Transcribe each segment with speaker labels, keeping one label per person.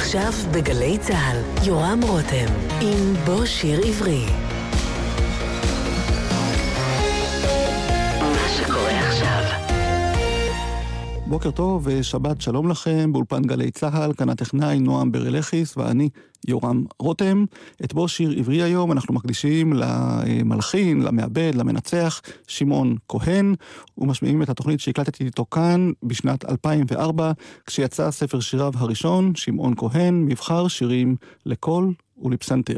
Speaker 1: עכשיו בגלי צהל, יורם רותם, עם בוא שיר עברי. מה שקורה עכשיו.
Speaker 2: בוקר טוב ושבת שלום לכם, באולפן גלי צהל, כאן הטכנאי נועם ברלכיס ואני יורם רותם. את בוא שיר עברי היום אנחנו מקדישים למלחין, למעבד, למנצח, שמעון כהן, ומשמיעים את התוכנית שהקלטתי איתו כאן בשנת 2004, כשיצא ספר שיריו הראשון, שמעון כהן, מבחר שירים לקול ולפסנתר.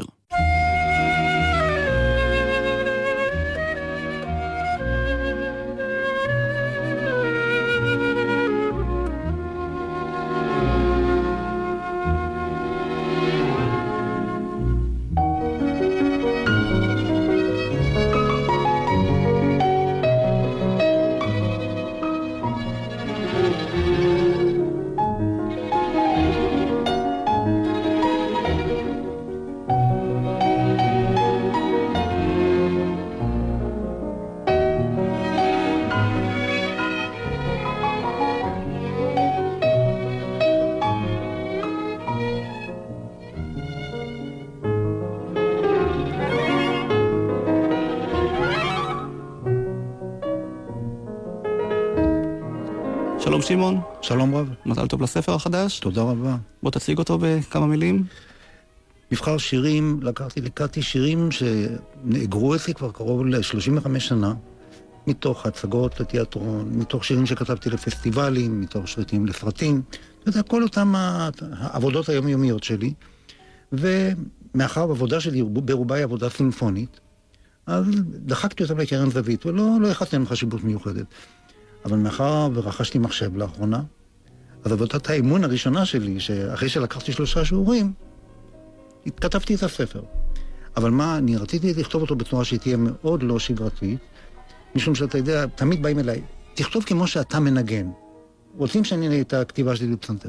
Speaker 2: שלום שמעון.
Speaker 3: שלום רב.
Speaker 2: מזל טוב לספר החדש.
Speaker 3: תודה רבה.
Speaker 2: בוא תציג אותו בכמה מילים.
Speaker 3: מבחר שירים, לקחתי שירים שנאגרו אצלי כבר קרוב ל-35 שנה, מתוך הצגות לתיאטרון, מתוך שירים שכתבתי לפסטיבלים, מתוך שירים לסרטים, אתה יודע, כל אותם העבודות היומיומיות שלי, ומאחר העבודה שלי ברובה היא עבודה סימפונית, אז דחקתי אותם לקרן זווית, ולא יחסתי להם חשיבות מיוחדת. אבל מאחר ורכשתי מחשב לאחרונה, אז עבודת האימון הראשונה שלי, שאחרי שלקחתי 3 שיעורים, כתבתי את הספר. אבל מה, אני רציתי לכתוב אותו בתנועה שתהיה מאוד לא שגרתית, משום שאתה יודע, תמיד באים אליי, תכתוב כמו שאתה מנגן. רוצים שאני נהיה את הכתיבה שלי לפסנתר.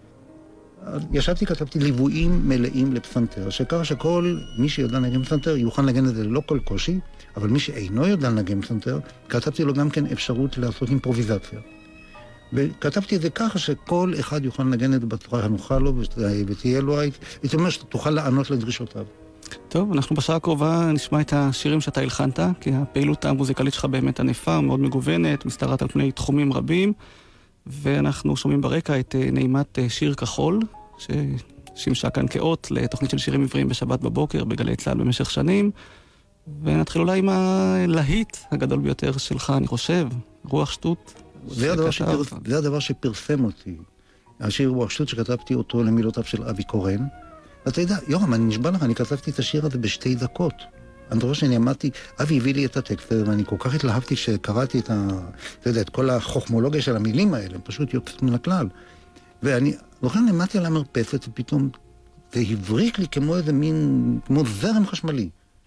Speaker 3: ישבתי, כתבתי ליוויים מלאים לפסנתר, שכך שכל מי שיודע לנגן פסנתר יוכל לנגן את זה ללא כל קושי, אבל מי שאינו יודע לנגן פסנתר, כתבתי לו גם כן אפשרות לעשות אימפרוביזציה. וכתבתי את זה ככה שכל אחד יוכל לנגן את זה בצורה הנוחה לו, ותהיה לו, זאת אומרת שתוכל לענות לדרישותיו.
Speaker 2: טוב, אנחנו בשעה הקרובה נשמע את השירים שאתה הלחנת, כי הפעילות המוזיקלית שלך באמת ענפה, מאוד מגוונת, מסתרעת על פני תחומים רבים, ואנחנו שומעים ברקע את נעימת שיר כחול, ששימשה כאן כאות לתוכנית של שירים עבריים בשבת בבוקר בגלי צהל במשך שנים, ונתחיל אולי עם הלהיט הגדול ביותר שלך, אני חושב, רוח שטות.
Speaker 3: זה הדבר שפרסם אותי. השיר רוח שטות שכתבתי אותו למילותיו של אבי קורן. ואתה יודע, יורם, אני נשבע לך, אני כתבתי את השיר הזה ב2 דקות. אני חושב שאני עמדתי, אבי הביא לי את הטקסט, ואני כל כך התלהבתי שקראתי את כל החוכמולוגיה של המילים האלה, פשוט יוצאת מן הכלל. ואני, לכן עמדתי על המרפסת, ופתאום זה הבריק לי כמו איזה מין, כמו זרם חשמלי.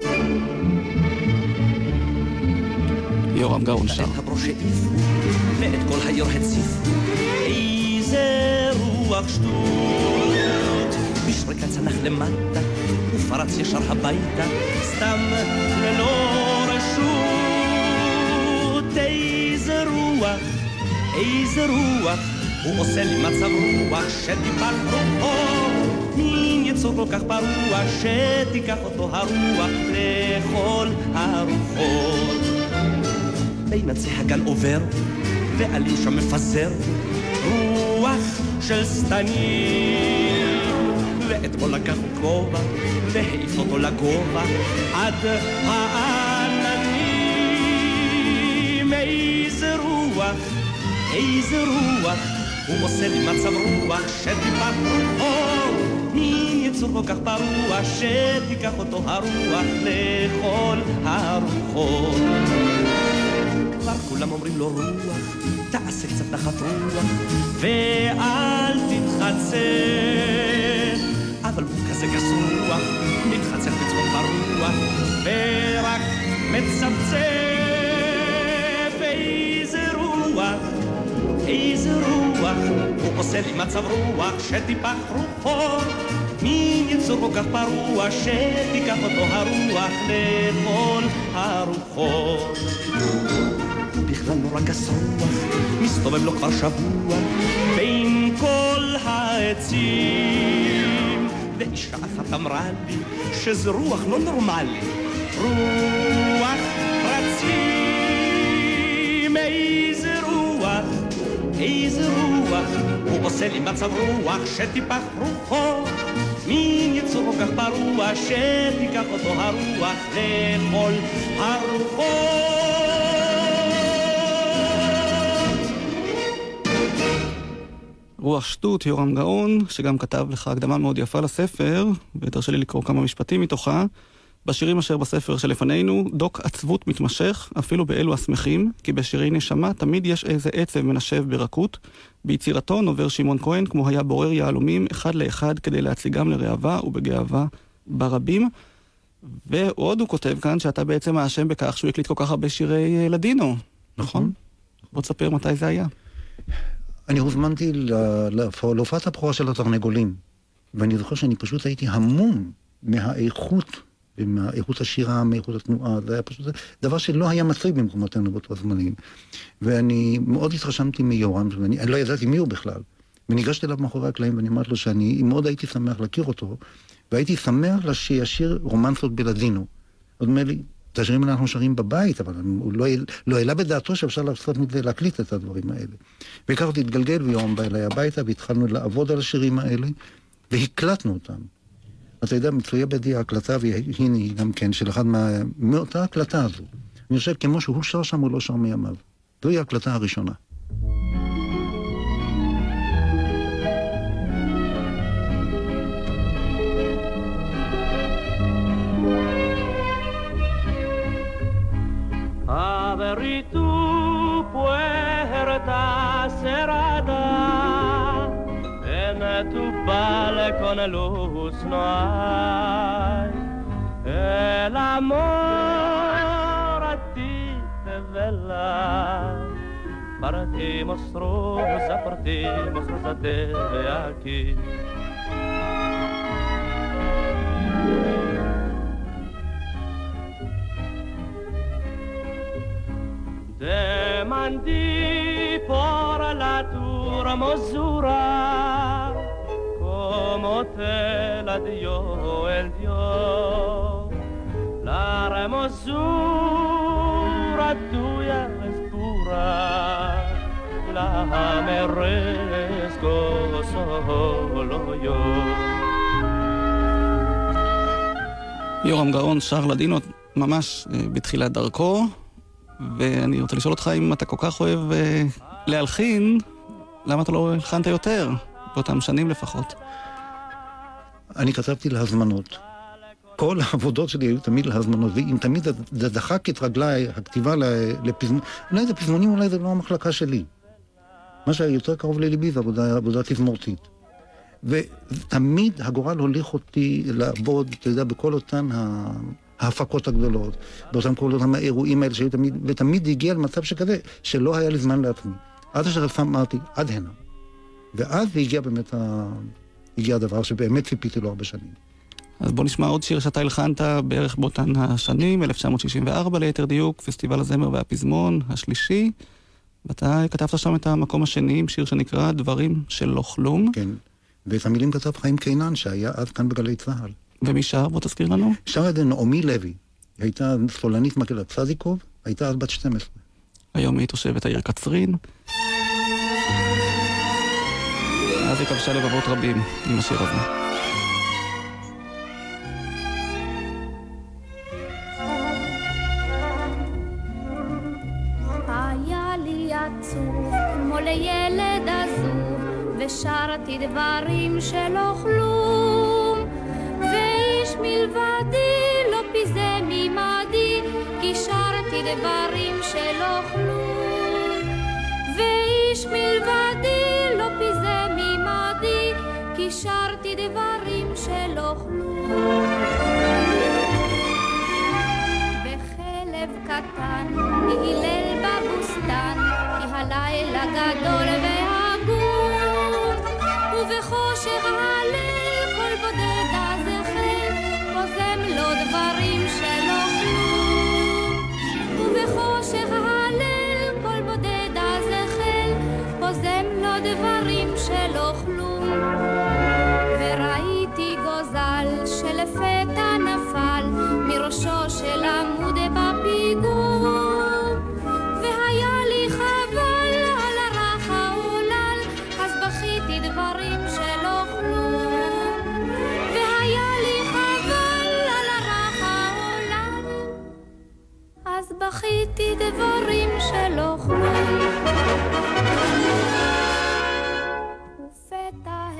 Speaker 2: יורם גאון שר.
Speaker 4: את הברוש העיף, ואת כל העיר הציף, איזה רוח שטות, בשריקה צנח למטה, ופרץ ישר הביתה, סתם ללא רשות. איזה רוח, הוא עושה לי מצב רוח, שטיפת רוחו, מין יצור כל כך פרוע, שתיקח אותו הרוח לכל הרוחות. בין עצי הגן עובר, ועלים שם מפזר, רוח של סתנים. ואתמול לקח כובע, והעיף אותו לגובה, עד העננים. איזה רוח, הוא עושה לי מצב רוח, שטיפת רוחו, מין יצור כל כך פרוע, שתיקח אותו הרוח לכל הרוחות. כבר כולם אומרים לו רוח, תעשה קצת נחת רוח, ואל תתחצה. אבל הוא כזה גס רוח, מתחצף בצחוק הרוח, ורק מצפצף. איזה רוח, הוא עושה לי מצב רוח, שטיפח רוחו, מין יצור כל כך פרוע, שתיקח אותו הרוח לכל הרוחות. בכלל נורא גס רוח, מסתובב לו כבר שבוע בין כל העצים, אישה אחת אמרה לי שזה רוח לא נורמלי, רוח רצים, איזה רוח, איזה רוח, הוא עושה לי מצב רוח שטיפח רוחו, מין יצור כל כך ברוח שתיקח אותו הרוח לכל הרוחות.
Speaker 2: רוח שטות, יורם גאון, שגם כתב לך הקדמה מאוד יפה לספר, ותרשה לי לקרוא כמה משפטים מתוכה. בשירים אשר בספר שלפנינו, דוק עצבות מתמשך, אפילו באלו השמחים, כי בשירי נשמה תמיד יש איזה עצב מנשב ברכות. ביצירתו נובר שמעון כהן, כמו היה בורר יהלומים אחד לאחד, כדי להציגם לראווה ובגאווה ברבים. ועוד הוא כותב כאן שאתה בעצם האשם בכך שהוא הקליט כל כך הרבה שירי לדינו. נכון? בוא תספר מתי זה היה.
Speaker 3: אני הוזמנתי להופעת הבכורה של התרנגולים, ואני זוכר שאני פשוט הייתי המום מהאיכות, מהאיכות השירה, מאיכות התנועה, זה היה פשוט דבר שלא היה מצוי במקומותינו באותו הזמנים. ואני מאוד התרשמתי מיורם, ואני לא ידעתי מי הוא בכלל, וניגשתי אליו מאחורי הקלעים, ואני אמרתי לו שאני מאוד הייתי שמח להכיר אותו, והייתי שמח שישיר רומנסות בלדינו. הוא אומר לי, את השירים אנחנו שרים בבית, אבל הוא לא העלה בדעתו שאפשר לעשות מזה, להקליט את הדברים האלה. וכך אותי התגלגל ויום בא אליי הביתה, והתחלנו לעבוד על השירים האלה, והקלטנו אותם. אתה יודע, מצויה בידי ההקלטה, והנה היא גם כן, של אחד מאותה הקלטה הזו. אני חושב, כמו שהוא שר שם, הוא לא שר מימיו. זוהי ההקלטה הראשונה.
Speaker 4: Abrí tu puerta cerrada, en tu balcón luz no hay, el amor a ti te vela, partimos rosa de aquí. Demandì por la tua hermosura, como te la dio el Dios. La hermosura tuya es pura, la merezco solo yo.
Speaker 2: יורם גאון שר לדינו ממש בתחילת דרכו, ואני רוצה לשאול אותך אם אתה כל כך אוהב להלחין, למה אתה לא הלחנת יותר? באותם שנים לפחות.
Speaker 3: אני כתבתי להזמנות. כל העבודות שלי היו תמיד להזמנות, ואם תמיד זה דחק את רגליי, הכתיבה לפזמונים, אולי זה פזמונים, אולי זה לא המחלקה שלי. מה שיותר קרוב לליבי זה עבודה תזמורתית. ותמיד הגורל הוליך אותי לעבוד, אתה יודע, בכל אותן ההפקות הגדולות, באותם כל אותם האירועים האלה שהיו תמיד, ותמיד הגיע למצב שכזה, שלא היה לי זמן לעצמי. עד אשר אמרתי, עד הנה. ואז הגיע באמת הגיע הדבר שבאמת ציפיתי לו הרבה שנים.
Speaker 2: אז בוא נשמע עוד שיר שאתה הלחנת בערך באותן השנים, 1964 ליתר דיוק, פסטיבל הזמר והפזמון השלישי, ואתה כתבת שם את המקום השני עם שיר שנקרא דברים של לא כלום.
Speaker 3: כן, ואת המילים כתב חיים קינן, שהיה אז כאן בגלי צהל.
Speaker 2: ומי שר? בוא תזכיר לנו.
Speaker 3: שר את נעמי לוי, היא הייתה סולנית מקהלת צדיקוב, הייתה אז בת 12.
Speaker 2: היום היא תושבת העיר קצרין. אז היא כבשה לבבות רבים עם השיר הזה.
Speaker 5: היה לי עצוב כמו לילד עזוב, ושרתי דברים שלא כלום, ואיש מלבדי לא פיזה ממדי, כי שרתי דברים שלא כלום, ואיש מלבדי לא פיזה ממדי, כי שרתי דברים שלא כלום. וחלב קטן נהילל בבוסתן, כי הלילה גדול והגון, ובחושך הליל כל בודד הזכר פוזם לו דברים שלא כלום, ובחושך הליל כל בודד הזכר פוזם לו דברים שלא כלום. וראיתי גוזר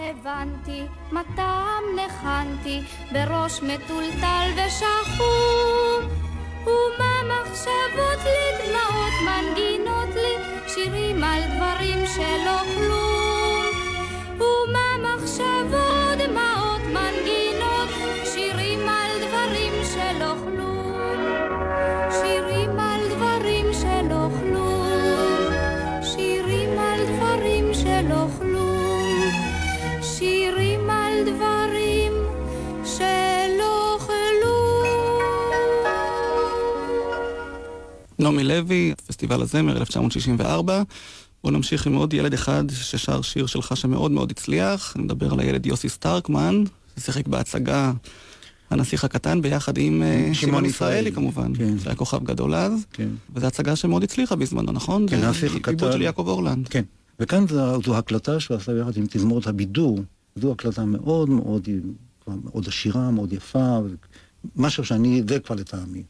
Speaker 5: הבנתי, מה טעם נחנתי, בראש מטולטל ושחור. ומה מחשבות לי, דמעות מנגינות לי, שירים על דברים שלא כלום. ומה מחשבות, דמעות מנגינות, שירים על דברים שלא כלום. שירים על דברים שלא כלום. שירים על דברים שלא כלום. שירים על דברים שלא כלום.
Speaker 2: נעמי לוי, פסטיבל הזמר 1964. בואו נמשיך עם עוד ילד אחד ששר שיר שלך שמאוד מאוד הצליח. אני מדבר על הילד יוסי סטרקמן, ששיחק בהצגה הנסיך הקטן ביחד עם שמעון ישראלי כמובן,
Speaker 3: כן.
Speaker 2: שהיה כוכב גדול אז.
Speaker 3: כן.
Speaker 2: וזו הצגה שמאוד הצליחה בזמנו, נכון?
Speaker 3: כן,
Speaker 2: זה
Speaker 3: הנסיך הקטן.
Speaker 2: עיבוד של יעקב אורלנד.
Speaker 3: כן. וכאן זו הקלטה שהוא עשה ביחד עם תזמורת הבידור. זו הקלטה מאוד מאוד, מאוד עשירה, מאוד יפה, משהו שאני, זה כבר לטעמי.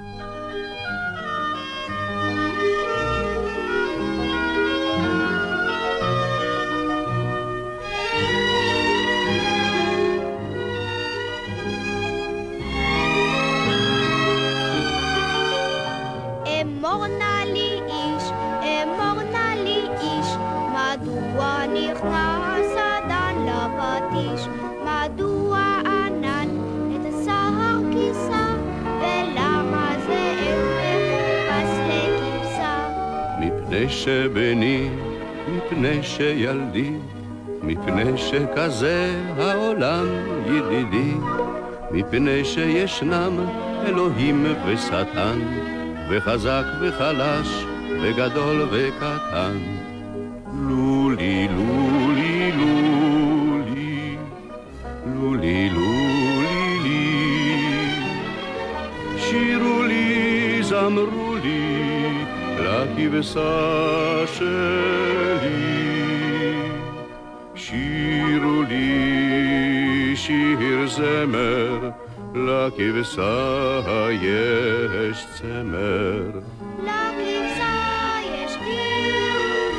Speaker 5: אמור נא לי איש, אמור נא לי איש, מדוע נכנס אדן לפטיש, מדוע ענן את הסהר כיסה, ולמה זה מחופש לכבשה?
Speaker 6: מפני שבני, מפני שילדי, מפני שכזה העולם ידידי, מפני שישנם אלוהים ושטן, וחזק וחלש, וגדול וקטן. לולי, לולי, לולי, לולי, לולי, לי. שירו לי, זמרו לי, לכבשה שלי. שירו לי, שיר זמר, לכבשה יש צמר.
Speaker 5: לכבשה יש דיר,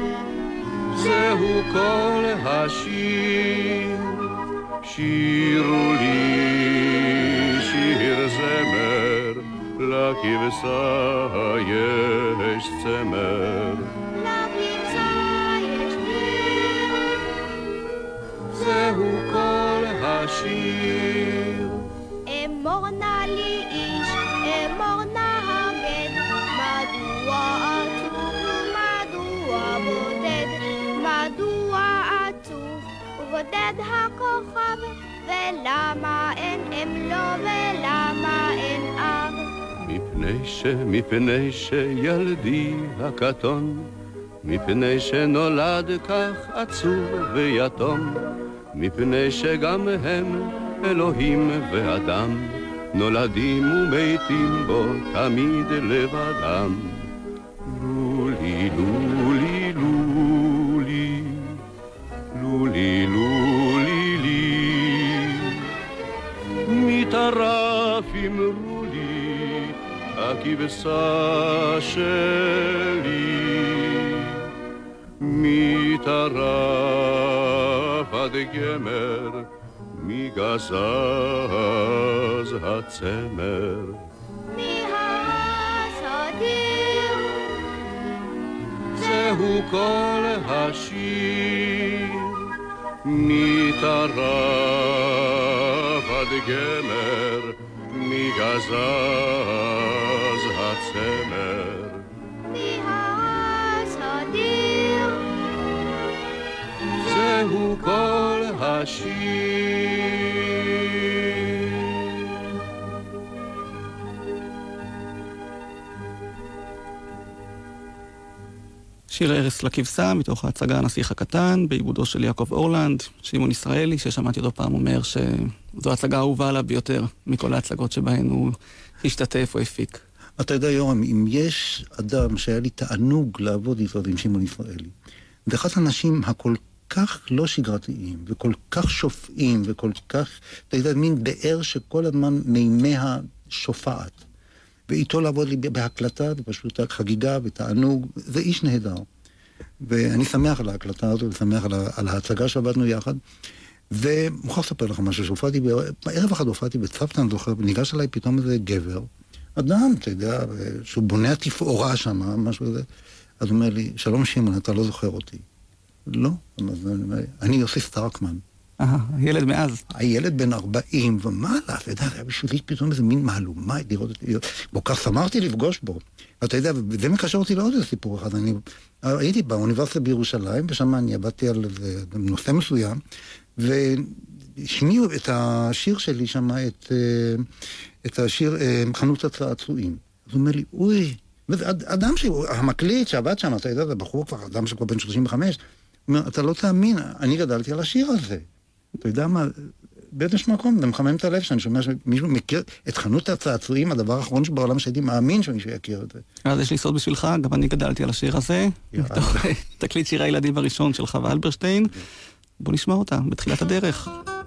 Speaker 6: זהו כל השיר. שירו לי, שיר זמר, לכבשה יש צמר.
Speaker 5: לכבשה יש דיר,
Speaker 6: זהו כל השיר.
Speaker 5: אמור נא לי איש, אמור נא הגד, מדוע עצוב ומדוע בודד, מדוע עצוב ובודד הכוכב, ולמה אין אם לו ולמה אין אב?
Speaker 6: מפני שילדי הקטון, מפני שנולד כך עצוב ויתום, מפני שגם הם אלוהים ואדם, נולדים ומתים בו תמיד לבדם. לולי, לולי, לולי, לולי, לולי, לי. מטרף אמרו לי, הכבשה שלי. מטרף עד גמר, מגזז הצמר.
Speaker 5: מהסדיר,
Speaker 6: זהו כל השיר. מטרף עד גמר, מגזז הצמר.
Speaker 5: מהסדיר,
Speaker 6: זהו כל השיר.
Speaker 2: שיר ערש לכבשה, מתוך ההצגה הנסיך הקטן, בעיבודו של יעקב אורלנד, שמעון ישראלי, ששמעתי אותו פעם אומר שזו ההצגה האהובה עליו ביותר מכל ההצגות שבהן הוא השתתף או הפיק.
Speaker 3: אתה יודע, יורם, אם יש אדם שהיה לי תענוג לעבוד איתו עם שמעון ישראלי, זה אחד האנשים הכל כך לא שגרתיים, וכל כך שופעים, וכל כך, אתה יודע, מין באר שכל הזמן מימיה שופעת. ואיתו לעבוד לי בהקלטה, זה פשוט חגיגה ותענוג, זה איש נהדר. ואני שמח על ההקלטה הזו, ושמח על ההצגה שעבדנו יחד. ומוכרח לספר לך משהו, שהופעתי, בערב אחד הופעתי בצוותא, אני זוכר, וניגש אליי פתאום איזה גבר, אדם, אתה יודע, שהוא בונה תפאורה שם, משהו כזה. אז הוא אומר לי, שלום שמעון, אתה לא זוכר אותי. לא, אני יוסי סטרקמן.
Speaker 2: ילד מאז.
Speaker 3: הילד בן 40 ומעלה, אתה יודע, היה בשבילי פתאום איזה מין מהלומה, לראות אותי, בו כך שמחתי לפגוש בו. ואתה יודע, וזה מקשר אותי לעוד איזה סיפור אחד. אני הייתי באוניברסיטה בירושלים, ושם אני עבדתי על נושא מסוים, ושמיעו את השיר שלי שם, את השיר חנות הצעצועים. אז הוא אומר לי, אוי, אדם המקליט שעבד שם, אתה יודע, זה בחור כבר, אדם שכבר בן 35, הוא אומר, אתה לא תאמין, אני גדלתי על השיר הזה. אתה יודע מה, באיזש מקום, זה מחמם את הלב שאני שומע שמישהו מכיר את חנות הצעצועים, הדבר האחרון שבעולם שהייתי מאמין שמישהו יכיר את זה.
Speaker 2: אז יש לי סוד בשבילך, גם אני גדלתי על השיר הזה, מתוך תקליט שירי הילדים הראשון של חווה אלברשטיין. בוא נשמע אותה, בתחילת הדרך.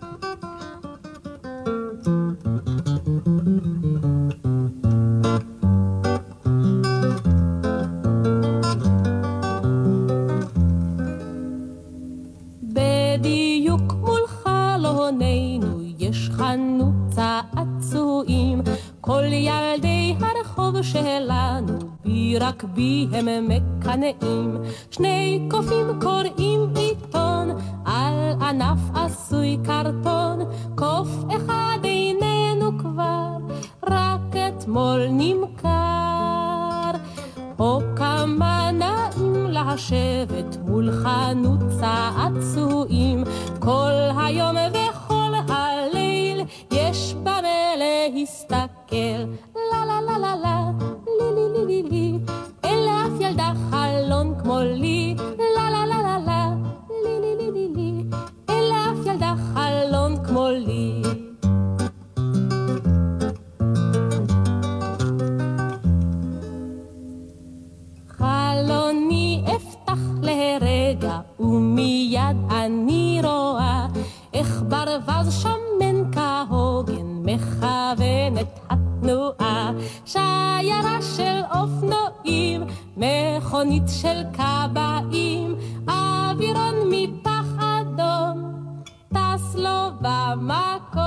Speaker 7: בדיוק מול חלוננו יש חנות צעצועים, כל ילדי הרחוב שלנו בי רק בי הם מקנאים. שני קופים קוראים עיתון על ענף עשוי קרטון, קוף אחד איננו כבר, רק אתמול נמכר. או כמה נעים לשבת מול חנות צעצועים, כל היום וכל הליל יש במה להסתכל. לה לה לה לה לה, לי לי לי לי לי, אין לאף ילדה חלון כמו לי. לה לה לה לה לה, לי לי לי לי לי, אין לאף ילדה חלון כמו לי. חלוני אפתח לרגע ומיד אני רואה איך ברווז שמן כהוגן מכוון את התנועה. שיירה של אופנועים, מכונית של קבעים, אווירון מפח אדום טס לו במקום.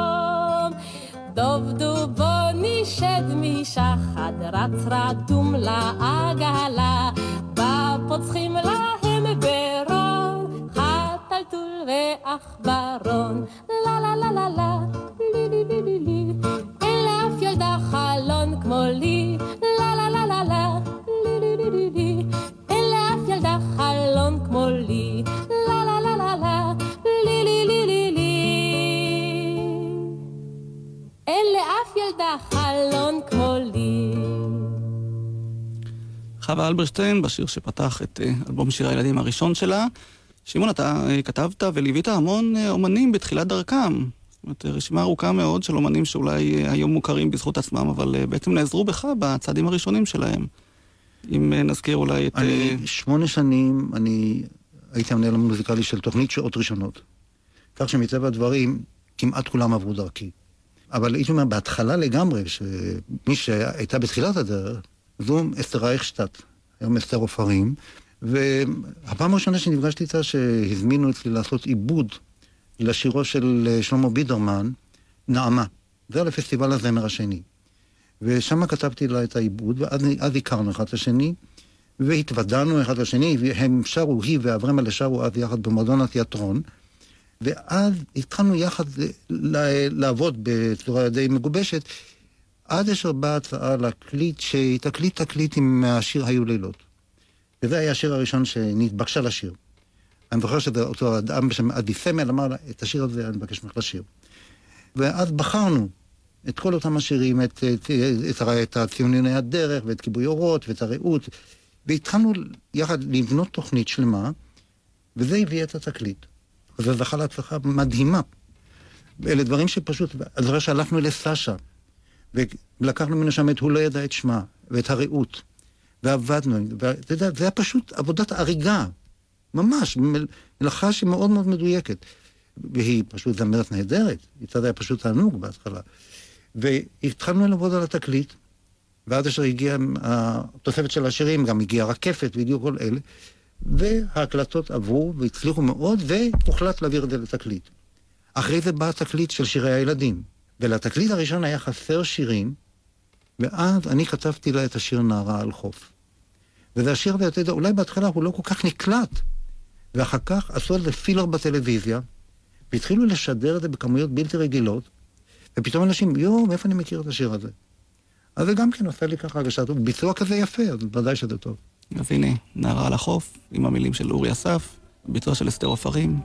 Speaker 7: דובדובוני שד משחד רץ רדום לעגלה, בפוצחים להם ברון חתלתול ועכברון. לה לה לה לה לה, לי לי לי לי לי, אין לאף ילדה חלון כמו לי. לה לה לה לה לה, לי לי לי לי לי, אין לאף ילדה חלון כמו לי. לה לה לה לה לה, לי לי לי לי לי, אין לאף ילדה חלון כמו לי.
Speaker 2: חווה אלברשטיין בשיר שפתח את אלבום שיר הילדים הראשון שלה. שמעון, אתה כתבת וליווית המון אומנים בתחילת דרכם. זאת אומרת, רשימה ארוכה מאוד של אומנים שאולי היום מוכרים בזכות עצמם, אבל בעצם נעזרו בך בצעדים הראשונים שלהם. אם נזכיר אולי את...
Speaker 3: 8 שנים אני הייתי המנהל המוזיקלי של תוכנית שעות ראשונות. כך שמטבע הדברים כמעט כולם עברו דרכי. אבל הייתי אומר, בהתחלה לגמרי, שמי שהייתה בתחילת הדרך, זו אסתר רייכשטט, היום אסתר עופרים, והפעם הראשונה שנפגשתי איתה שהזמינו אצלי לעשות עיבוד לשירו של שלמה בידרמן, נעמה. זה היה לפסטיבל הזמר השני. ושם כתבתי לה את העיבוד, ואז הכרנו אחד השני, והתוודענו אחד לשני, והם שרו, היא ואברהם שרו אז יחד במועדון התיאטרון, ואז התחלנו יחד לעבוד בצורה די מגובשת, עד אשר באה הצעה להקליט, שתקליט תקליט עם השיר היו לילות. וזה היה השיר הראשון שנתבקשה לשיר. אני זוכר שזה אותו אדם בשם עדי סמל, אמר לה, את השיר הזה אני מבקש ממך לשיר. ואז בחרנו את כל אותם השירים, את הציוני הדרך, ואת כיבוי אורות, ואת הרעות, והתחלנו יחד לבנות תוכנית שלמה, וזה הביא את התקליט. וזה זכה להצלחה מדהימה. אלה דברים שפשוט, אז זוכר שהלכנו לסשה, ולקחנו ממנו שם את הוא לא ידע את שמה, ואת הרעות, ועבדנו, ואתה יודע, זה היה פשוט עבודת הריגה, ממש, מלאכה שמאוד מאוד מדויקת, והיא פשוט זמרת נהדרת, היא היה פשוט תענוג בהתחלה, והתחלנו לעבוד על התקליט, ועד אשר הגיעה התוספת של השירים, גם הגיעה רקפת, והגיעו כל אלה, וההקלטות עברו והצליחו מאוד, והוחלט להעביר את זה לתקליט. אחרי זה בא התקליט של שירי הילדים, ולתקליט הראשון היה חסר שירים, ואז אני כתבתי לה את השיר נערה על חוף. וזה השיר הזה, אתה יודע, אולי בהתחלה הוא לא כל כך נקלט, ואחר כך עשו על זה פילר בטלוויזיה, והתחילו לשדר את זה בכמויות בלתי רגילות, ופתאום אנשים, מאיפה אני מכיר את השיר הזה? אז זה גם כן עושה לי ככה הרגשה טוב, ביצוע כזה יפה, אז ודאי שזה טוב.
Speaker 2: אז הנה, נערה על החוף, עם המילים של אורי אסף, ביצוע של אסתר עופרים.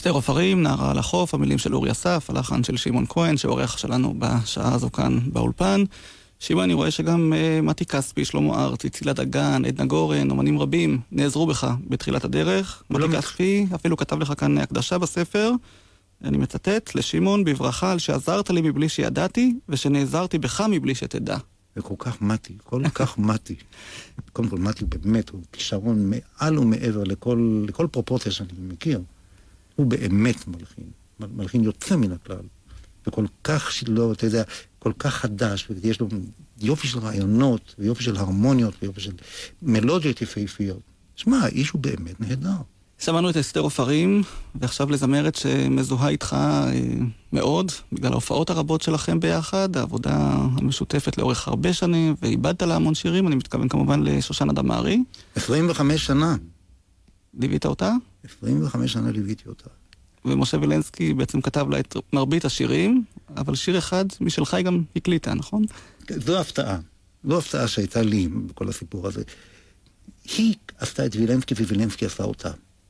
Speaker 2: אסתר עופרים, נערה על החוף, המילים של אורי אסף, הלחן של שמעון כהן, שעורך שלנו בשעה הזו כאן באולפן. שמעון, אני רואה שגם מתי כספי, שלמה ארצי, צילה דגן, עדנה גורן, אומנים רבים נעזרו בך בתחילת הדרך. מתי כספי אפילו כתב לך כאן הקדשה בספר, אני מצטט, לשמעון בברכה על שעזרת לי מבלי שידעתי, ושנעזרתי בך מבלי שתדע.
Speaker 3: וכל כך מתי, כל כך מתי. קודם כל מתי באמת, הוא כישרון מעל ומעבר לכל פרופורציה שאני מכיר. הוא באמת מלחין יוצא מן הכלל. וכל כך שלא, אתה יודע, כל כך חדש, ויש לו יופי של רעיונות, ויופי של הרמוניות, ויופי של מלודיות יפהפיות. שמע, האיש הוא באמת נהדר.
Speaker 2: שמענו את אסתר עופרים, ועכשיו לזמרת שמזוהה איתך מאוד, בגלל ההופעות הרבות שלכם ביחד, העבודה המשותפת לאורך הרבה שנים, ואיבדת לה המון שירים, אני מתכוון כמובן לשושנה דמארי.
Speaker 3: 25 שנה.
Speaker 2: ליווית אותה?
Speaker 3: 25 שנה ליוויתי אותה.
Speaker 2: ומשה וילנסקי בעצם כתב לה את מרבית השירים, אבל שיר אחד משלך היא גם הקליטה, נכון?
Speaker 3: זו הפתעה. זו הפתעה שהייתה לי בכל הסיפור הזה. היא עשתה את וילנסקי ווילנסקי עשה אותה.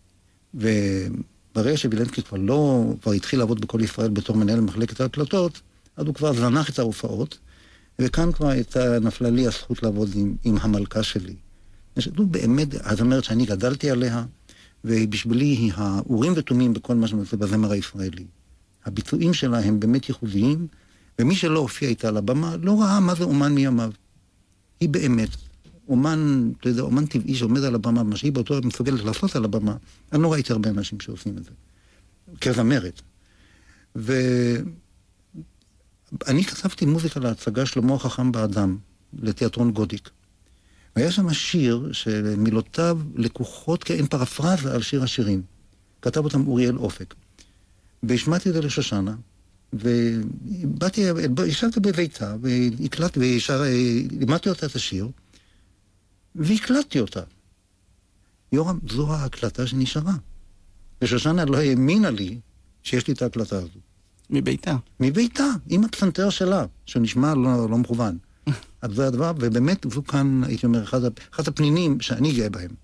Speaker 3: וברגע שווילנסקי כבר התחיל לעבוד בכל ישראל בתור מנהל מחלקת ההקלטות, אז הוא כבר זנח את ההופעות, וכאן כבר נפלה לי הזכות לעבוד עם המלכה שלי. זו באמת הזמרת שאני גדלתי עליה, ובשבילי היא האורים ותומים בכל מה שמוצא בזמר הישראלי. הביצועים שלה הם באמת ייחודיים, ומי שלא הופיע איתה על הבמה לא ראה מה זה אומן מימיו. היא באמת אומן, אתה יודע, אומן טבעי שעומד על הבמה, מה שהיא באותו מסוגלת לעשות על הבמה. אני לא ראיתי הרבה אנשים שעושים את זה. כזמרת. ואני כתבתי מוזיקה להצגה שלמה החכם באדם, לתיאטרון גודיק. והיה שם שיר שמילותיו לקוחות כאין פרפרזה על שיר השירים. כתב אותם אוריאל אופק. והשמעתי את זה לשושנה, ובאתי, ישבתי בביתה, לימדתי אותה את השיר, והקלטתי אותה. יורם, זו ההקלטה שנשארה. ושושנה לא האמינה לי שיש לי את ההקלטה הזו.
Speaker 2: מביתה?
Speaker 3: מביתה, עם הפסנתר שלה, שנשמע לא מכוון. אז זה הדבר, ובאמת זו כאן, הייתי אומר, אחד הפנינים שאני גאה בהם.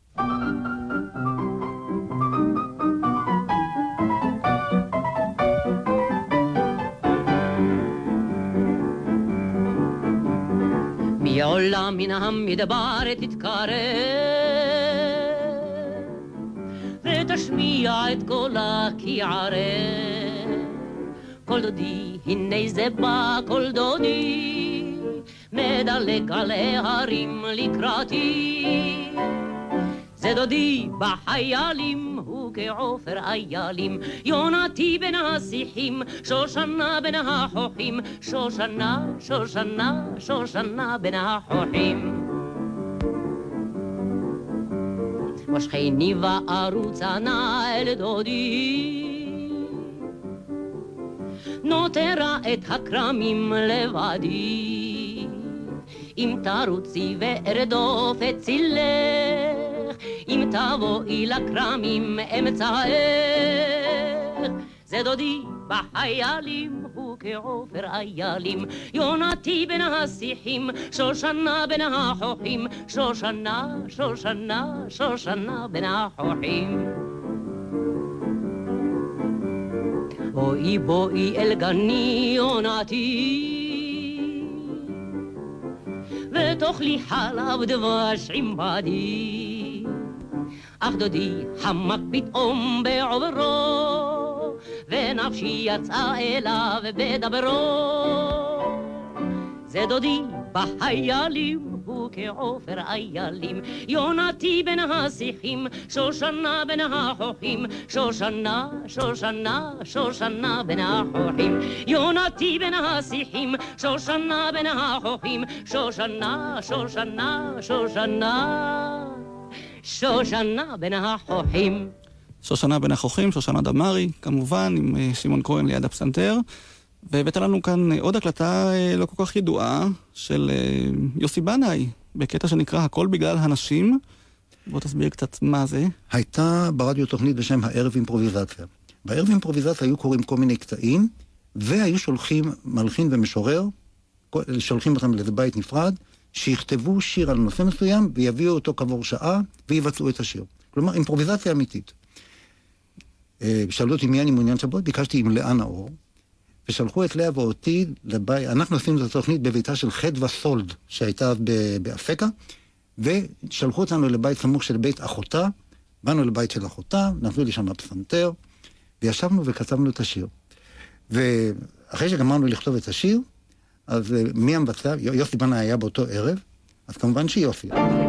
Speaker 8: מעולם מן המדבר תתקרב ותשמיע את קולה כי ערב כל דודי, הנה זה בא כל דודי מדלג על ההרים לקראתי זה דודי בחיילים הוא כעופר איילים יונתי בין השיחים שושנה בין החוכים שושנה, שושנה, שושנה בין החוכים ושכני וערוץ ענה אל דודי נותרה את הכרמים לבדי אם תרוצי וארדוף את צילך אם תבואי לכרמים אמצעך זה דודי בחיילים הוא כעופר איילים יונתי בין השיחים שושנה בין החוכים שושנה, שושנה, שושנה בין החוכים בואי בואי אל גני יונתי ותאכלי חלב דבש עם בדי אך דודי חמק פתאום בעוברו ונפשי יצאה אליו בדברו זה דודי בחיילים הוא כעופר איילים יונתי בין השיחים שושנה בין החוכים שושנה, שושנה, שושנה בין החוכים יונתי בין השיחים שושנה בין החוכים שושנה, שושנה, שושנה שושנה בין החוכים
Speaker 2: שושנה בין החוכים, שושנה דמארי כמובן עם שמעון כהן ליד הפסנתר והבאת לנו כאן עוד הקלטה לא כל כך ידועה של יוסי בנאי, בקטע שנקרא הכל בגלל הנשים. בוא תסביר קצת מה זה.
Speaker 3: הייתה ברדיו תוכנית בשם הערב אימפרוביזציה. בערב אימפרוביזציה היו קוראים כל מיני קטעים, והיו שולחים מלחין ומשורר, שולחים אותם לאיזה בית נפרד, שיכתבו שיר על נושא מסוים, ויביאו אותו כעבור שעה, ויבצעו את השיר. כלומר, אימפרוביזציה אמיתית. שאלו אותי מי אני מעוניין שבוע, ביקשתי עם לאה נאור, ושלחו את לאה ואותי לבית, אנחנו עשינו את התוכנית בביתה של חדווה סולד, שהייתה באפקה, ושלחו אותנו לבית סמוך של בית אחותה, באנו לבית של אחותה, נתנו לי שם פסנתר, וישבנו וכתבנו את השיר. ואחרי שגמרנו לכתוב את השיר, אז מי המבצע? יוסי בנה היה באותו ערב, אז כמובן שיוסי.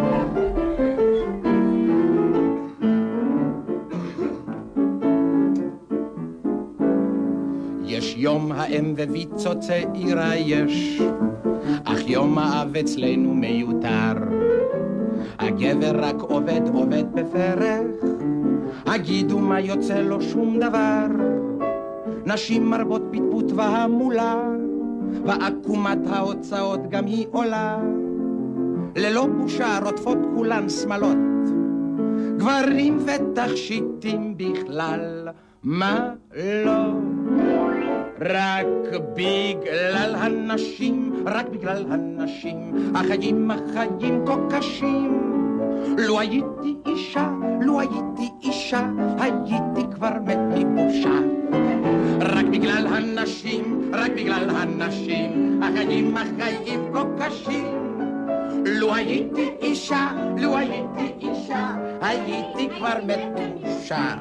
Speaker 9: יש יום האם וויצו צעירה יש, אך יום האב אצלנו מיותר. הגבר רק עובד בפרח, הגידו מה יוצא לו שום דבר. נשים מרבות פטפוט והמולה, ועקומת ההוצאות גם היא עולה. ללא בושה רודפות כולן שמלות, גברים ותכשיטים בכלל, מה לא? רק בגלל הנשים, רק בגלל הנשים, החיים כה קשים. לו הייתי אישה, הייתי כבר מת מבושה. רק בגלל הנשים, החיים כה קשים. לו הייתי אישה, הייתי כבר מת מבושה.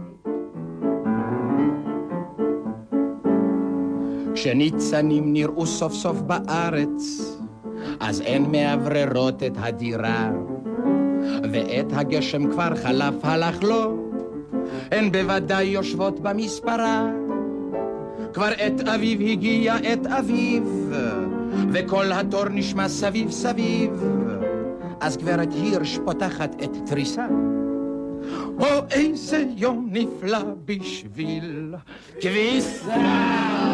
Speaker 9: כשניצנים נראו סוף סוף בארץ, אז אין מאווררות את הדירה, ואת הגשם כבר חלף הלך לו, הן בוודאי יושבות במספרה. כבר את אביב הגיע את אביב, וכל התור נשמע סביב סביב. אז גברת הירש פותחת את תריסה, או איזה יום נפלא בשביל כביסה.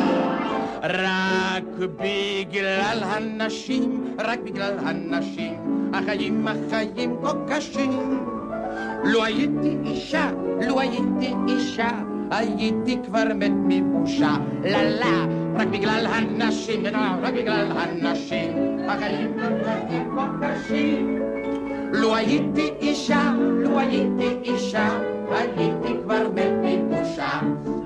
Speaker 9: רק בגלל הנשים, החיים כה קשים. לו הייתי אישה, הייתי כבר מת מבושה. ללה, רק בגלל הנשים, החיים כה קשים. לו הייתי אישה, הייתי כבר מת מבושה.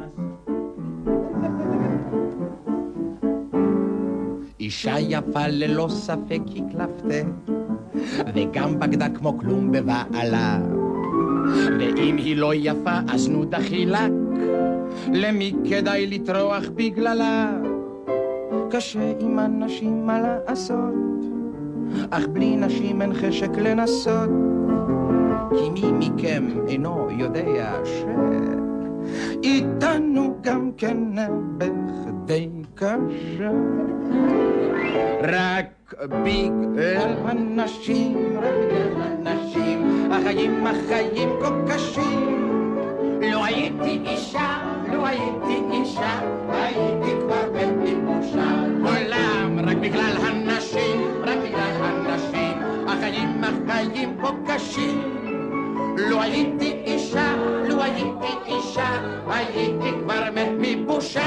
Speaker 9: אישה יפה ללא ספק היא קלפתה, וגם בגדה כמו כלום בבעלה. ואם היא לא יפה אז נו דחילק, למי כדאי לטרוח בגללה. קשה עם אנשים מה לעשות, אך בלי נשים אין חשק לנסות. כי מי מכם אינו יודע איתנו גם כן בכדי קשה. רק בגלל הנשים, החיים כה קשים. לא הייתי אישה, הייתי כבר מת מבושה. עולם רק בגלל הנשים, החיים כה קשים. לא הייתי אישה, הייתי כבר מת מבושה.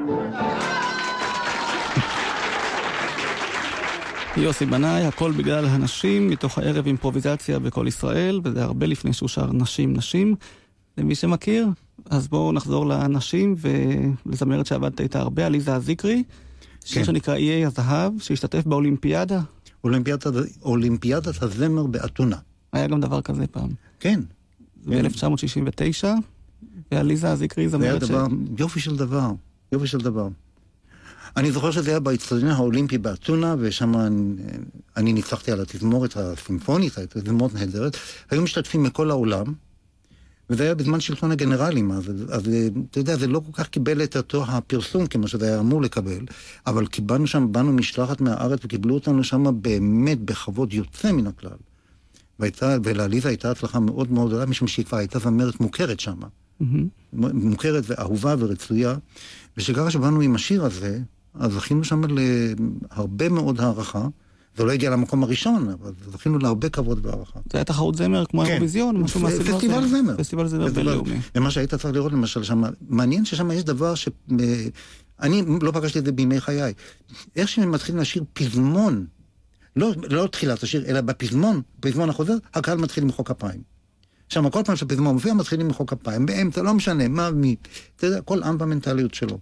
Speaker 2: יוסי בנאי, הכל בגלל הנשים, מתוך הערב אימפרוביזציה בכל ישראל, וזה הרבה לפני שהוא שר נשים. למי שמכיר, אז בואו נחזור לנשים ולזמרת שעבדת איתה הרבה, עליזה זיקרי, שיר שנקרא איי הזהב, שהשתתף באולימפיאדה.
Speaker 3: אולימפיאדת הזמר באתונה.
Speaker 2: היה גם דבר כזה פעם.
Speaker 3: כן.
Speaker 2: ב-1969, ועליזה זיקרי זמרת
Speaker 3: יופי של דבר. אני זוכר שזה היה באצטדיון האולימפי באתונה, ושם אני ניצחתי על התזמורת הסימפונית, התזמורת נהדרת. היו משתתפים מכל העולם, וזה היה בזמן שלטון הגנרלים, אז אתה יודע, זה לא כל כך קיבל את אותו הפרסום כמו שזה היה אמור לקבל, אבל קיבלנו שם, באנו משלחת מהארץ, וקיבלו אותנו שם באמת בכבוד יוצא מן הכלל. ולעליזה הייתה הצלחה מאוד מאוד גדולה, משום שהיא כבר הייתה זמרת מוכרת שם. מוכרת ואהובה ורצויה, ושככה שבאנו עם השיר הזה, אז זכינו שם להרבה מאוד הערכה, זה לא הגיע למקום הראשון, אבל זכינו להרבה כבוד והערכה.
Speaker 2: זה היה תחרות זמר כמו אירוויזיון, משהו מהסדרה.
Speaker 3: פסטיבל זמר
Speaker 2: בינלאומי.
Speaker 3: ומה שהיית צריך לראות למשל שם, מעניין ששם יש דבר אני לא פגשתי את זה בימי חיי. איך שהם מתחילים לשיר פזמון, לא תחילת השיר, אלא בפזמון החוזר, הקהל מתחיל למחוא כפיים. שם כל פעם שהפזמון מופיע, מתחילים למחוא כפיים, באמצע, לא משנה, מה, מי, אתה יודע, כל עם במנטליות שלו.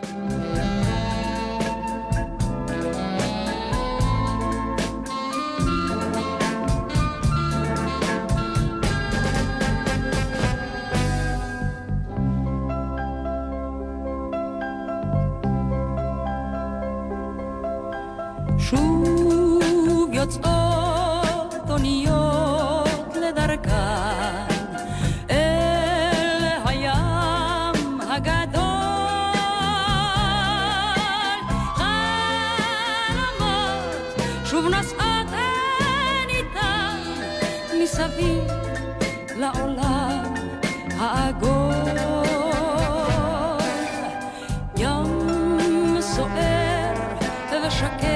Speaker 10: שוב יוצאות אוניות לדרכן אל הים הגדול, חלומות שוב נוסעות הן איתן מסביב לעולם העגול, ים סוער ושקט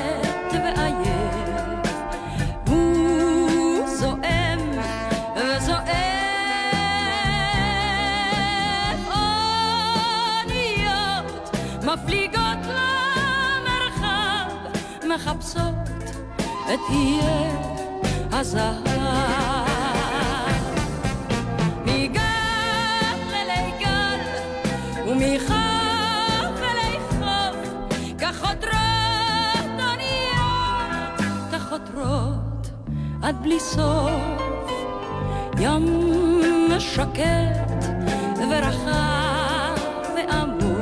Speaker 10: מפליגות למרחב, מחפשות את איי הזהב. מגל אלי גל ומחוף אלי חוף, כך חותרות אוניות, כך חותרות עד בלי סוף. ים שקט ורחב ועמוק,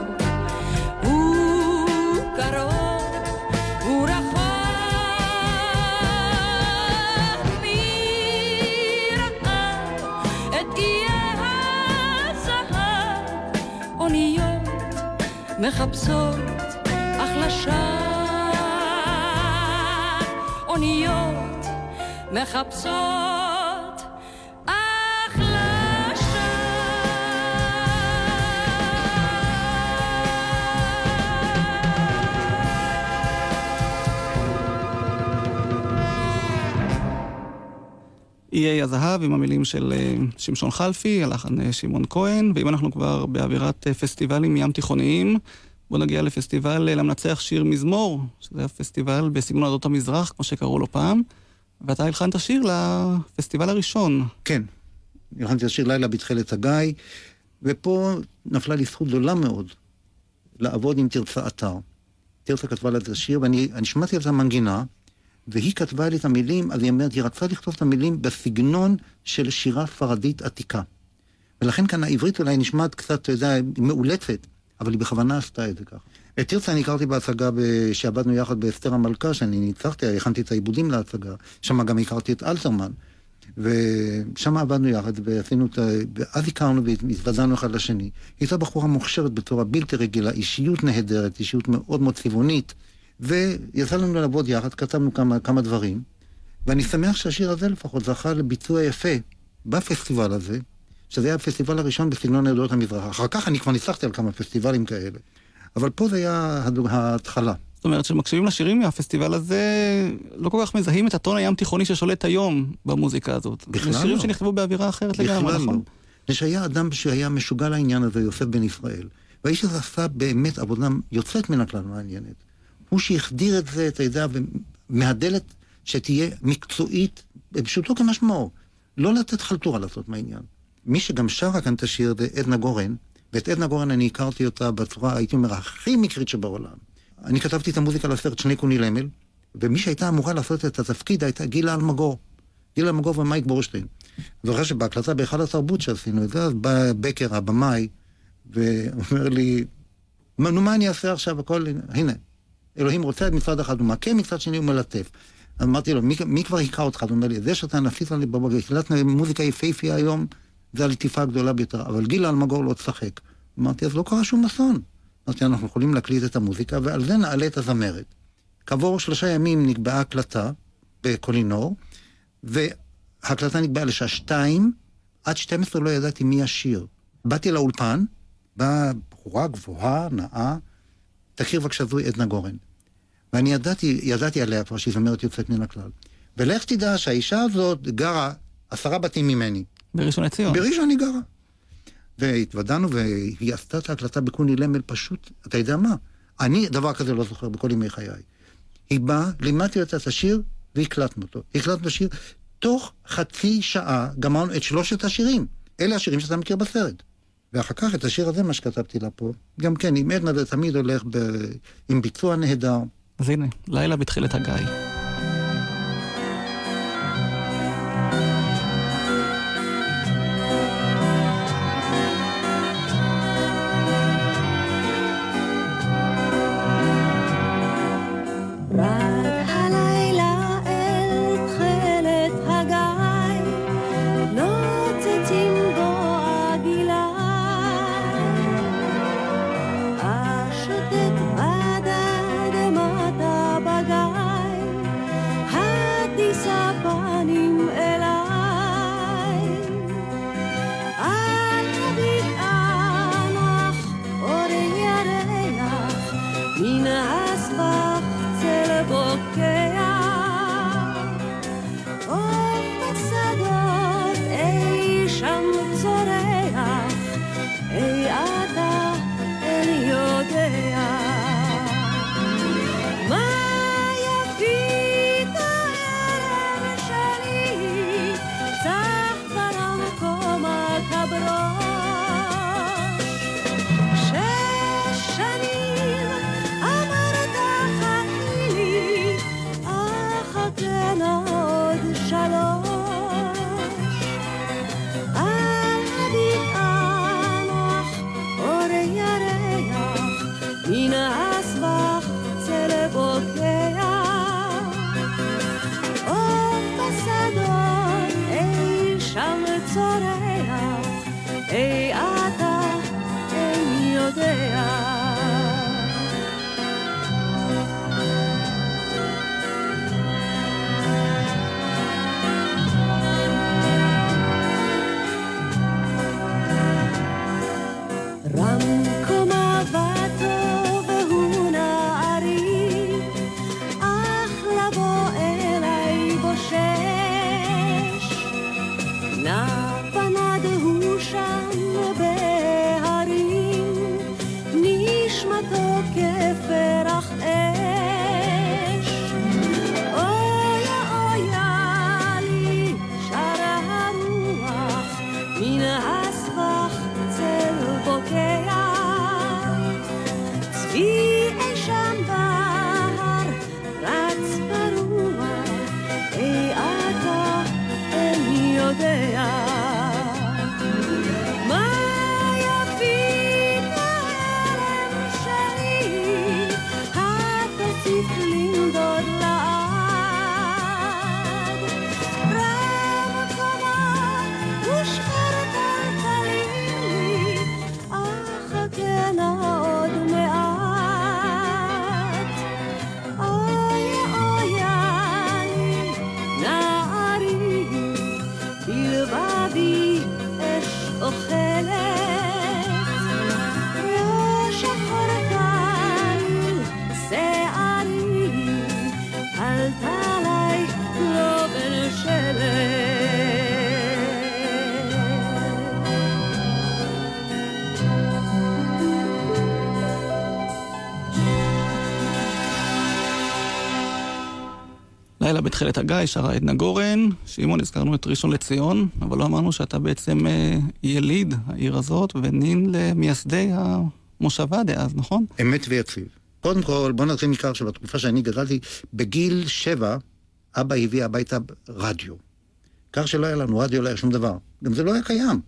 Speaker 10: מחפשות החלשה, אוניות מחפשות החלשה.
Speaker 2: איי הזהב עם המילים של שמשון חלפי, הלחן שמעון כהן, ואם אנחנו כבר באווירת פסטיבלים ים תיכוניים, בוא נגיע לפסטיבל למנצח שיר מזמור, שזה הפסטיבל בסגנון עדות המזרח, כמו שקראו לו פעם, ואתה הלחנת שיר לפסטיבל הראשון.
Speaker 3: כן, הלחנתי השיר לילה בתכלת הגיא, ופה נפלה לי זכות גדולה מאוד לעבוד עם תרצה אתר. תרצה כתבה לה את השיר, ואני שמעתי על זה המנגינה, והיא כתבה לי את המילים, אז היא אומרת, היא רצה לכתוב את המילים בסגנון של שירה ספרדית עתיקה. ולכן כאן העברית אולי נשמעת קצת, אתה יודע, מאולצת, אבל היא בכוונה עשתה את זה כך. את תרצה אני הכרתי בהצגה שעבדנו יחד באסתר המלכה, שאני ניצחתי, הכנתי את העיבודים להצגה, שם גם הכרתי את אלתרמן, ושם עבדנו יחד, ועשינו ואז הכרנו והתוודענו אחד לשני. היא הייתה בחורה מוכשרת בצורה בלתי רגילה, אישיות נהדרת, אישיות מאוד מאוד צבעונית, ויצא לנו לעבוד יחד, כתבנו כמה דברים, ואני שמח שהשיר הזה לפחות זכה לביצוע יפה בפסטיבל הזה, שזה היה הפסטיבל הראשון בסגנון עדות המזרח. אחר כך אני כבר ניצחתי על כמה פסטיבלים כאלה. אבל פה זה היה ההתחלה.
Speaker 2: זאת אומרת, שמקשיבים לשירים מהפסטיבל הזה, לא כל כך מזהים את הטון הים תיכוני ששולט היום במוזיקה הזאת.
Speaker 3: בכלל לא.
Speaker 2: זה שירים שנכתבו באווירה אחרת לגמרי, נכון?
Speaker 3: שהיה אדם שהיה משוגע לעניין הזה, יוסף בן ישראל. והאיש הזה עשה באמת עבודה יוצאת מן הכלל מעניינת. הוא שהחדיר את זה, אתה יודע, מהדלת שתהיה מקצועית, פשוטו כמשמעו. לא לתת חלטורה לעשות מהעניין. מי שגם שרה כאן את השיר זה עדנה גורן, ואת עדנה גורן אני הכרתי אותה בצורה, הייתי אומר, הכי מקרית שבעולם. אני כתבתי את המוזיקה לסרט שני קוני למל, ומי שהייתה אמורה לעשות את התפקיד הייתה גילה אלמגור. גילה אלמגור ומייק בורשטיין. זוכר שבהקלטה באחד התרבות שעשינו את זה, אז בא בקר, הבמאי, ואומר לי, נו מה אני אעשה עכשיו? הכל, הנה, אלוהים רוצה את מצד אחד, הוא מכה, מצד שני הוא מלטף. אז אמרתי לו, מי כבר הכר אותך? הוא אומר לי, זה שאתה נפית לי בקלט מוזיקה יפהפייה היום, זה הלטיפה הגדולה ביותר, אבל גילה אלמגור לא תשחק. אמרתי, אז לא קרה שום אסון. אמרתי, אנחנו יכולים להקליט את המוזיקה, ועל זה נעלה את הזמרת. כעבור 3 ימים נקבעה הקלטה בקולינור, וההקלטה נקבעה לשעה 2, עד 12 לא ידעתי מי השיר. באתי לאולפן, באה בחורה גבוהה, נאה, תכיר בבקשה זוהי עדנה גורן. ואני ידעתי עליה כבר שהיא זמרת יוצאת מן הכלל. ולך תדע שהאישה הזאת גרה 10 בתים ממני.
Speaker 2: בראשון לציון.
Speaker 3: בראשון היא גרה. והתוודענו והיא עשתה את ההקלטה בקוני למל פשוט, אתה יודע מה? אני דבר כזה לא זוכר בכל ימי חיי. היא באה, לימדתי אותה את השיר והקלטנו אותו. הקלטנו השיר, תוך חצי שעה גמרנו את 3 השירים. אלה השירים שאתה מכיר בסרט. ואחר כך את השיר הזה, מה שכתבתי לה פה, גם כן, עם עדנה זה תמיד הולך עם ביצוע נהדר.
Speaker 2: אז הנה, לילה בתחילת הגיא. לילה בתחילת הגיא, שרה עדנה גורן. שמעון, הזכרנו את ראשון לציון, אבל לא אמרנו שאתה בעצם יליד העיר הזאת, ונין למייסדי המושבה דאז, נכון?
Speaker 3: אמת ויציב. קודם כל, בוא נתחיל מכך שבתקופה שאני גדלתי, בגיל 7, אבא הביא הביתה רדיו. כך שלא היה לנו רדיו, לא היה שום דבר. גם זה לא היה קיים.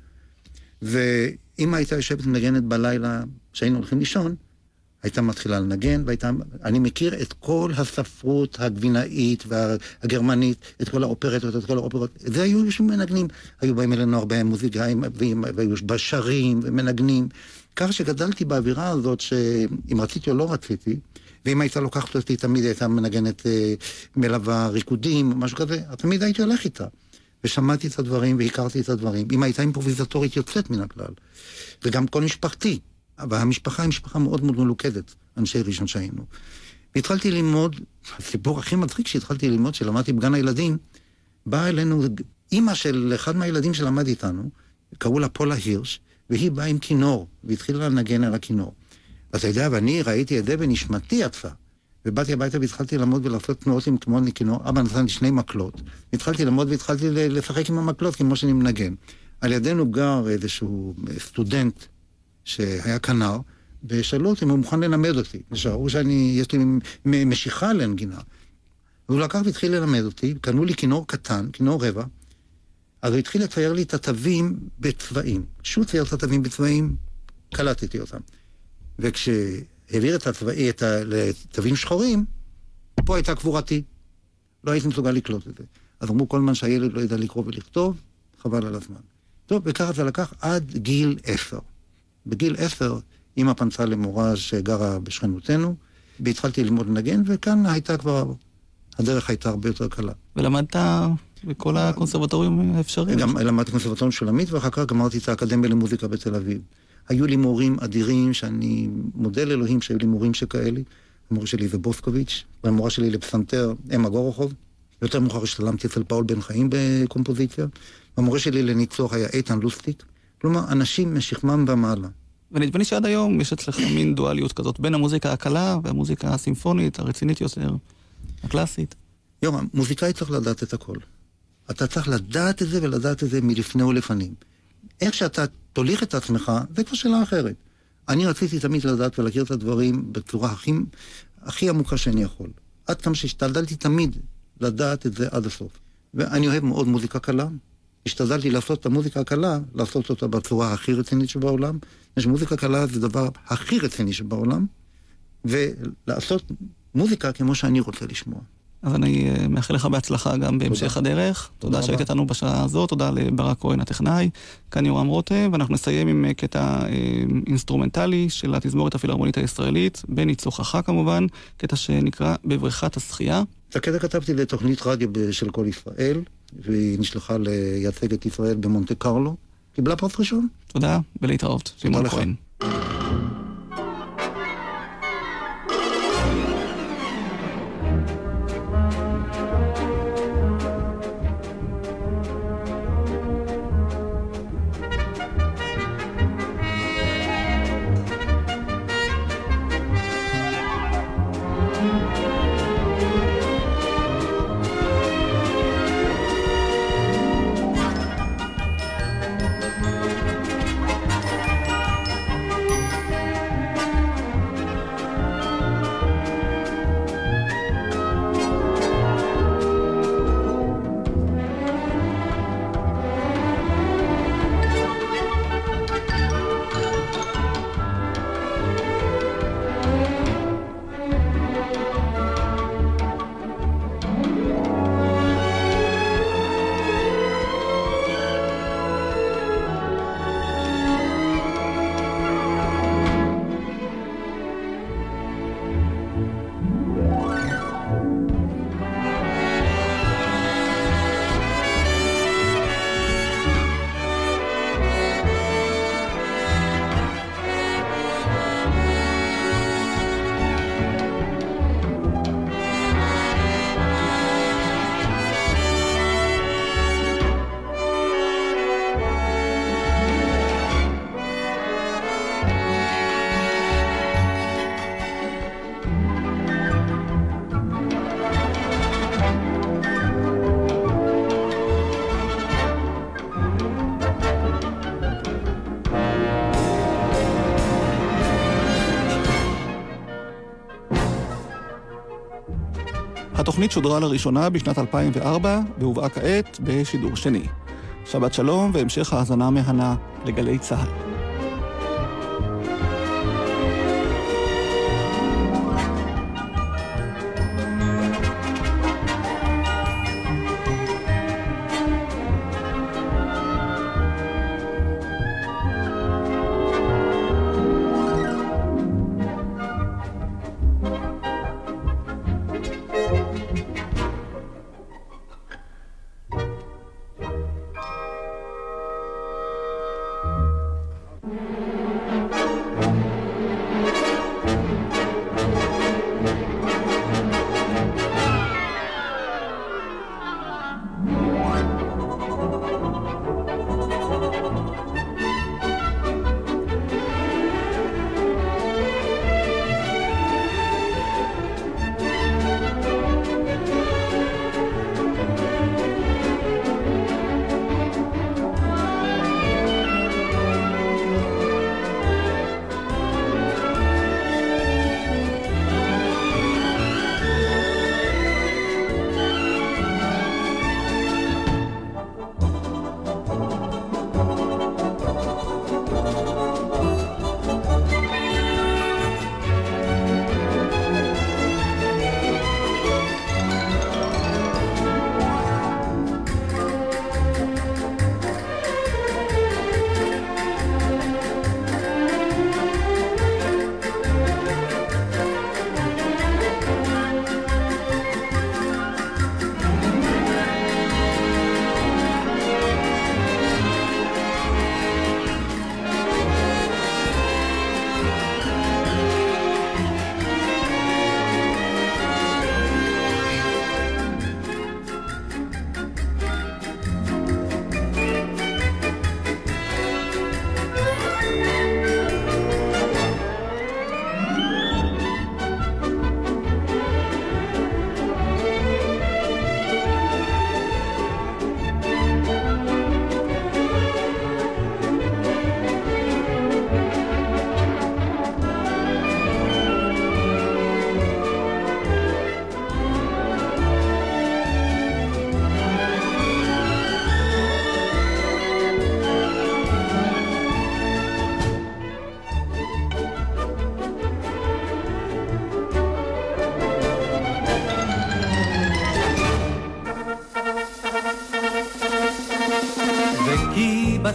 Speaker 3: ואמא הייתה יושבת לנגנת בלילה, שהיינו הולכים לישון, הייתה מתחילה לנגן, אני מכיר את כל הספרות הגבינאית והגרמנית, את כל האופרטות, את כל האופרות. זה היו יושבים מנגנים. היו באים אלינו הרבה מוזיקאים, והיו בשרים ומנגנים. כך שגדלתי באווירה הזאת, שאם רציתי או לא רציתי, ואם הייתה לוקחת אותי, תמיד הייתה מנגנת מלווה ריקודים, משהו כזה, תמיד הייתי הולך איתה. ושמעתי את הדברים והכרתי את הדברים. אמא הייתה אימפרוביזטורית יוצאת מן הכלל. וגם כל משפחתי. אבל המשפחה היא משפחה מאוד מאוד מלוכדת, אנשי ראשון שהיינו. והתחלתי ללמוד, הסיפור הכי מצחיק שהתחלתי ללמוד, שלמדתי בגן הילדים, באה אלינו אמא של אחד מהילדים שלמד איתנו, קראו לה פולה הירש, והיא באה עם כינור, והתחילה לנגן על הכינור. ואתה יודע, ואני ראיתי את זה ונשמתי יצא. ובאתי הביתה והתחלתי לעמוד ולעשות תנועות עם כמו כינור. אבא נתן לי 2 מקלות, והתחלתי לעמוד והתחלתי לשחק עם המקלות כמו שאני מנגן. על ידינו גר איזשהו סטודנט שהיה כנר, ושאלו אותי אם הוא מוכן ללמד אותי. ושאלו שיש לי משיכה לנגינה. והוא לקח והתחיל ללמד אותי, קנו לי כינור קטן, כינור רבע, אז הוא התחיל לצייר לי את התווים בצבעים. כשהוא צייר את התווים בצבעים, קלטתי אותם. וכשהעביר את התווים שחורים, פה הייתה קבורתי. לא הייתי מסוגל לקלוט את זה. אז אמרו כל זמן שהילד לא ידע לקרוא ולכתוב, חבל על הזמן. טוב, וככה זה לקח עד גיל 10. בגיל 10, אמא פנתה למורה שגרה בשכנותנו, והתחלתי ללמוד לנגן, וכאן הייתה כבר, הדרך הייתה הרבה יותר קלה.
Speaker 2: ולמדת בכל הקונסרבטוריום האפשריים?
Speaker 3: גם למדתי קונסרבטוריון שולמית, ואחר כך גמרתי את האקדמיה למוזיקה בתל אביב. היו לי מורים אדירים, שאני מודה לאלוהים שהיו לי מורים שכאלה. המורה שלי זה בוסקוביץ', והמורה שלי לפסנתר, אמה גורוכוב. יותר מאוחר השתלמתי אצל פאול בן חיים בקומפוזיציה. המורה שלי לניצוח היה איתן לוסטיק. כלומר, אנשים משכמם ומעלה.
Speaker 2: ונדמה לי שעד היום יש אצלך מין דואליות כזאת, בין המוזיקה הקלה והמוזיקה הסימפונית, הרצינית יותר, הקלאסית.
Speaker 3: יורם, מוזיקאי צריך לדעת את הכל. אתה צריך לדעת את זה ולדעת את זה מלפני ולפנים. איך שאתה תוליך את עצמך, זה כבר שאלה אחרת. אני רציתי תמיד לדעת ולהכיר את הדברים בצורה הכי עמוקה שאני יכול. עד כמה שהשתדלתי תמיד לדעת את זה עד הסוף. ואני אוהב מאוד מוזיקה קלה. השתדלתי לעשות את המוזיקה הקלה, לעשות אותה בצורה הכי רצינית שבעולם. יש מוזיקה קלה זה דבר הכי רציני שבעולם, ולעשות מוזיקה כמו שאני רוצה לשמוע.
Speaker 2: אז אני מאחל לך בהצלחה גם בהמשך הדרך. תודה שהיית איתנו בשעה הזאת, תודה לברק כהן הטכנאי, כאן יורם רותם, ואנחנו נסיים עם קטע אינסטרומנטלי של התזמורת הפילהרמונית הישראלית, בניצוחך כמובן, קטע שנקרא בבריכת השחייה.
Speaker 3: את הקטע כתבתי לתוכנית רדיו של כל ישראל, והיא נשלחה לייצג את ישראל במונטה קרלו. קיבלה פרס ראשון.
Speaker 2: תודה, ולהתראות. שמעון כהן. התוכנית שודרה לראשונה בשנת 2004 והובאה כעת בשידור שני. שבת שלום והמשך האזנה מהנה לגלי צהל.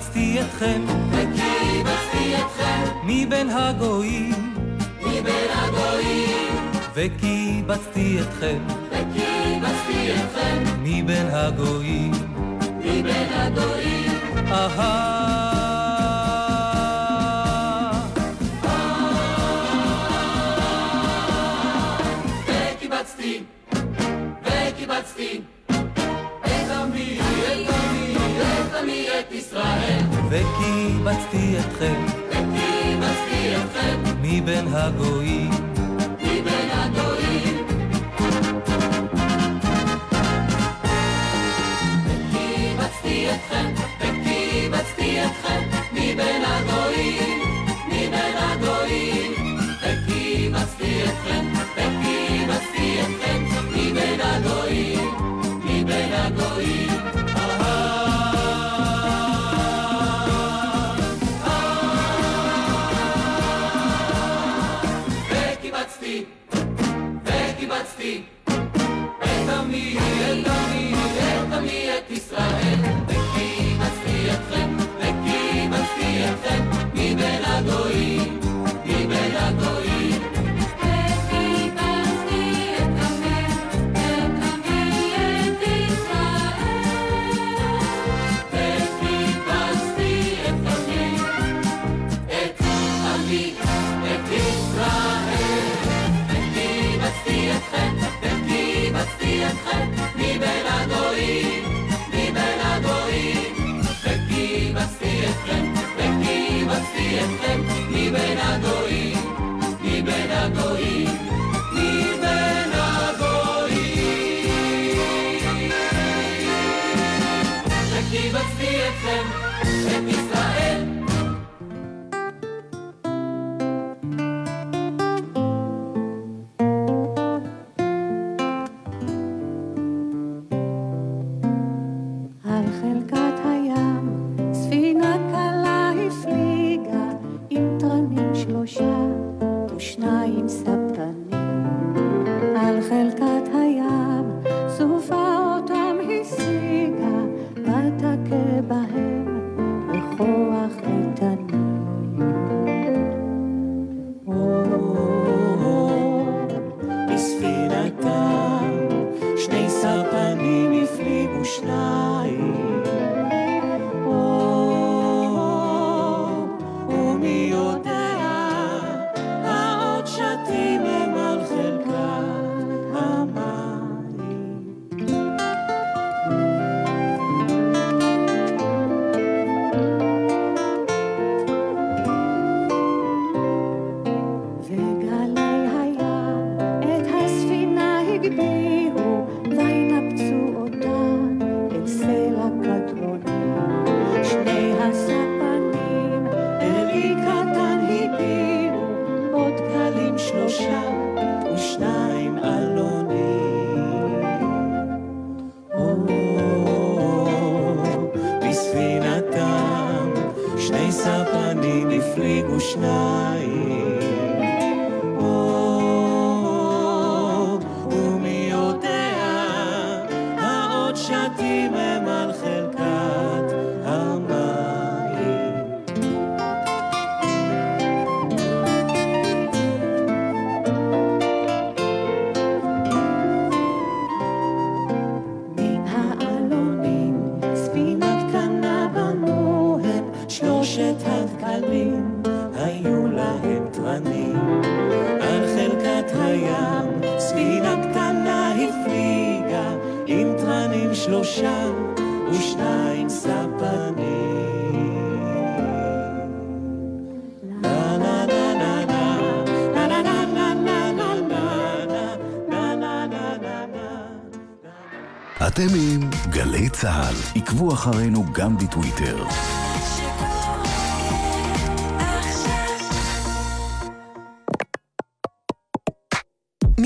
Speaker 11: וקיבצתי אתכם,
Speaker 12: וקיבצתי אתכם,
Speaker 11: מבין הגויים,
Speaker 12: מבין הגויים,
Speaker 11: וקיבצתי אתכם,
Speaker 12: וקיבצתי אתכם,
Speaker 11: מבין הגויים,
Speaker 12: מבין הגויים, וקיבצתי, וקיבצתי את עמי, את עמי, את עמי, את ישראל,
Speaker 11: וקיבצתי אתכם,
Speaker 12: וקיבצתי אתכם,
Speaker 11: מבין הגויים,
Speaker 12: מבין הגויים, וקיבצתי אתכם, וקיבצתי אתכם, מבין הגויים, מבין הגויים, וקיבצתי אתכם, וקיבצתי אתכם, מבין הגויים, מבין הגויים, וקיבצתי, וקיבצתי את עמי, את עמי, את עמי, את ישראל, וקיבצתי אתכם, וקיבצתי אתכם, מבין הגויים, מבין הגויים,
Speaker 10: וקיבצתי אתכם, את עמי, את ישראל,
Speaker 12: וקיבצתי את עמי, את עמי, את ישראל, וקיבצתי אתכם, וקיבצתי אתכם, מבין הגויים, מבין הגויים, וקיבצתי אתכם, וקיבצתי אתכם, מבין הגויים, מבין הגויים, מבין הגויים, וקיבצתי אתכם, את ישראל.
Speaker 13: על חלקת הים ספינה קלה הפליגה עם תרנים 3 ו2 ספנים. על חלקת הים סופה אותם השיגה ותכה בהם בכוח איתנים.
Speaker 11: בספינתם 2 ספנים הפליגו 2, ומי יודע העוד שתים הם על חלקת המים.
Speaker 13: וגלי הים את הספינה הגביהו וינפצו אותה אל סלע קטרוני. 2 הספנים אל אי קטן הגיעו, עוד גלים 3 ו2 אלונים. בספינתם 2 ספנים הפליגו 2, ומי יודע העוד שתים הם על חלקת המים. מן העלונים ספינה קטנה בנו הם, 3 הדגלים
Speaker 11: היו להם תרנים. על חלקת הים ספינה קטנה הפליגה עם תרנים 3 ו2 ספנים. נה נה נה נה נה נה נה נה נה נה נה נה נה.
Speaker 14: אתם עם גלי צהל, עקבו אחרינו גם בטוויטר.